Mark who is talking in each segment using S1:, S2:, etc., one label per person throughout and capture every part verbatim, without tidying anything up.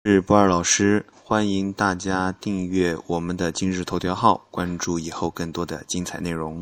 S1: 是不二老师，欢迎大家订阅我们的今日头条号，关注以后更多的精彩内容。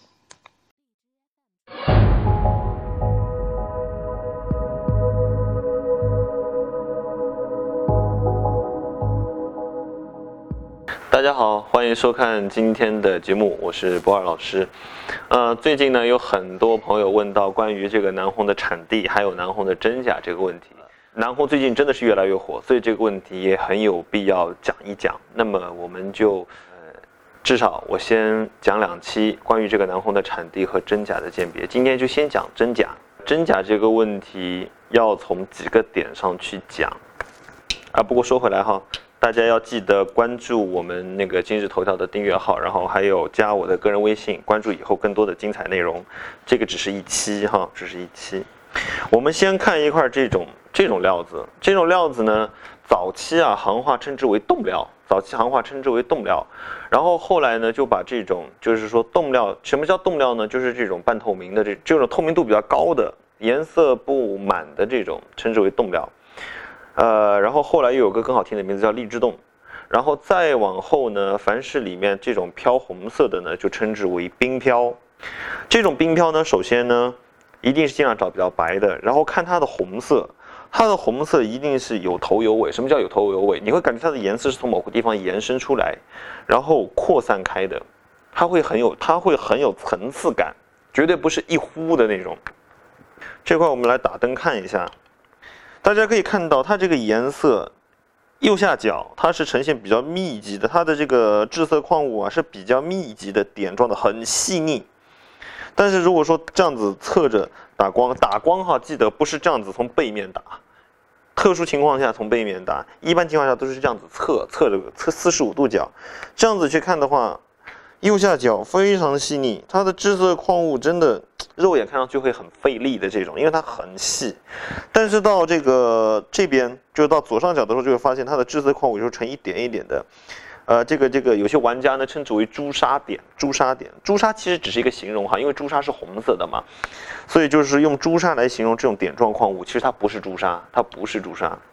S2: 大家好，欢迎收看今天的节目，我是不二老师。呃，最近呢有很多朋友问到关于这个南红的产地，还有南红的真假这个问题。南红最近真的是越来越火，所以这个问题也很有必要讲一讲。那么我们就呃，至少我先讲两期关于这个南红的产地和真假的鉴别。今天就先讲真假。真假这个问题要从几个点上去讲啊。不过说回来哈。大家要记得关注我们那个今日头条的订阅号，然后还有加我的个人微信，关注以后更多的精彩内容。这个只是一期哈，只是一期。我们先看一块这种这种料子，这种料子呢，早期啊行话称之为冻料，早期行话称之为冻料，然后后来呢就把这种就是说冻料，什么叫冻料呢？就是这种半透明的这这种透明度比较高的，颜色不满的这种，称之为冻料。呃，然后后来又有个更好听的名字叫荔枝冻，然后再往后呢，凡是里面这种飘红色的呢，就称之为冰飘。这种冰飘呢，首先呢，一定是尽量找比较白的，然后看它的红色，它的红色一定是有头有尾。什么叫有头有尾？你会感觉它的颜色是从某个地方延伸出来，然后扩散开的，它会很有，它会很有层次感，绝对不是一呼的那种。这块我们来打灯看一下。大家可以看到它这个颜色，右下角它是呈现比较密集的，它的这个致色矿物啊是比较密集的，点状的，很细腻。但是如果说这样子侧着打光，打光哈，记得不是这样子从背面打，特殊情况下从背面打，一般情况下都是这样子侧侧着侧四十五度角，这样子去看的话，右下角非常细腻，它的致色矿物真的肉眼看上去会很费力的这种，因为它很细。但是到这个这边，就是到左上角的时候，就会发现它的致色矿物有时候呈一点一点的。呃，这个这个有些玩家呢称之为朱砂点，朱砂点，朱砂其实只是一个形容哈，因为朱砂是红色的嘛，所以就是用朱砂来形容这种点状矿物，其实它不是朱砂，它不是朱砂。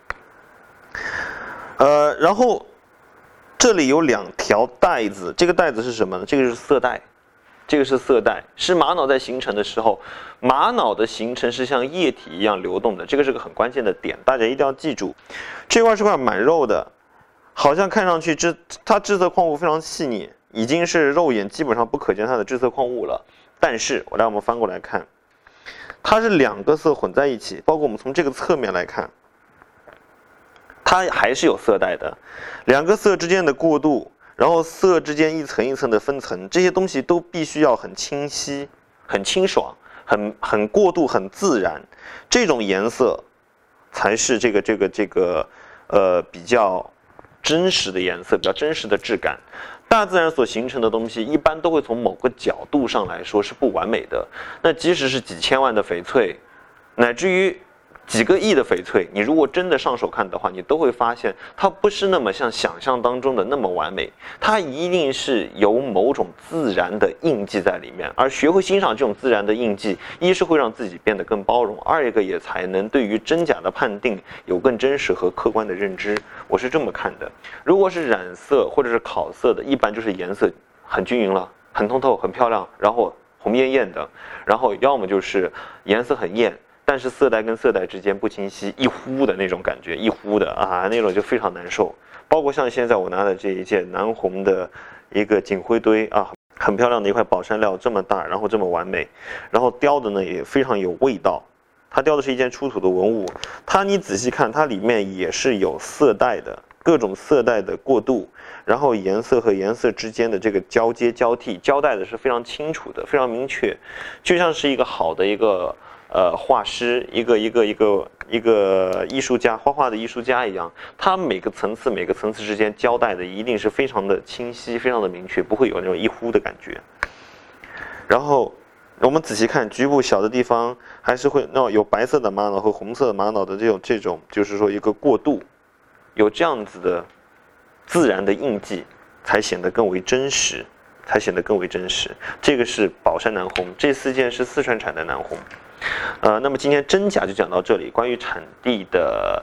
S2: 呃，然后这里有两条带子，这个带子是什么呢？这个是色带。这个是色带，是玛瑙在形成的时候，玛瑙的形成是像液体一样流动的，这个是个很关键的点，大家一定要记住。这块是块蛮肉的，好像看上去致它致色矿物非常细腻，已经是肉眼基本上不可见它的致色矿物了。但是我来我们翻过来看，它是两个色混在一起，包括我们从这个侧面来看，它还是有色带的，两个色之间的过渡。然后色之间一层一层的分层，这些东西都必须要很清晰、很清爽、很很过渡、很自然，这种颜色才是这个这个这个呃比较真实的颜色，比较真实的质感。大自然所形成的东西，一般都会从某个角度上来说是不完美的。那即使是几千万的翡翠，乃至于几个亿的翡翠，你如果真的上手看的话，你都会发现它不是那么像想象当中的那么完美，它一定是有某种自然的印记在里面。而学会欣赏这种自然的印记，一是会让自己变得更包容，二一个也才能对于真假的判定有更真实和客观的认知。我是这么看的。如果是染色或者是烤色的，一般就是颜色很均匀了，很通透，很漂亮，然后红艳艳的，然后要么就是颜色很艳，但是色带跟色带之间不清晰，一呼的那种感觉，一呼的啊，那种就非常难受。包括像现在我拿的这一件南红的一个锦灰堆啊，很漂亮的一块宝山料，这么大，然后这么完美，然后雕的呢也非常有味道。它雕的是一件出土的文物，它你仔细看，它里面也是有色带的，各种色带的过渡，然后颜色和颜色之间的这个交接交替，交代的是非常清楚的，非常明确，就像是一个好的一个。呃，画师一个一个一个一个艺术家，画画的艺术家一样，他每个层次每个层次之间交代的一定是非常的清晰，非常的明确，不会有那种一呼的感觉。然后我们仔细看，局部小的地方还是会那有白色的玛瑙和红色的玛瑙的这种这种，就是说一个过渡，有这样子的自然的印记，才显得更为真实，才显得更为真实。这个是宝山南红，这四件是四川产的南红。呃，那么今天真假就讲到这里。关于产地的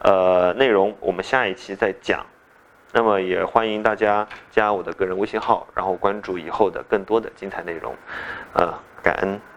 S2: 呃内容我们下一期再讲。那么也欢迎大家加我的个人微信号，然后关注以后的更多的精彩内容。呃，感恩。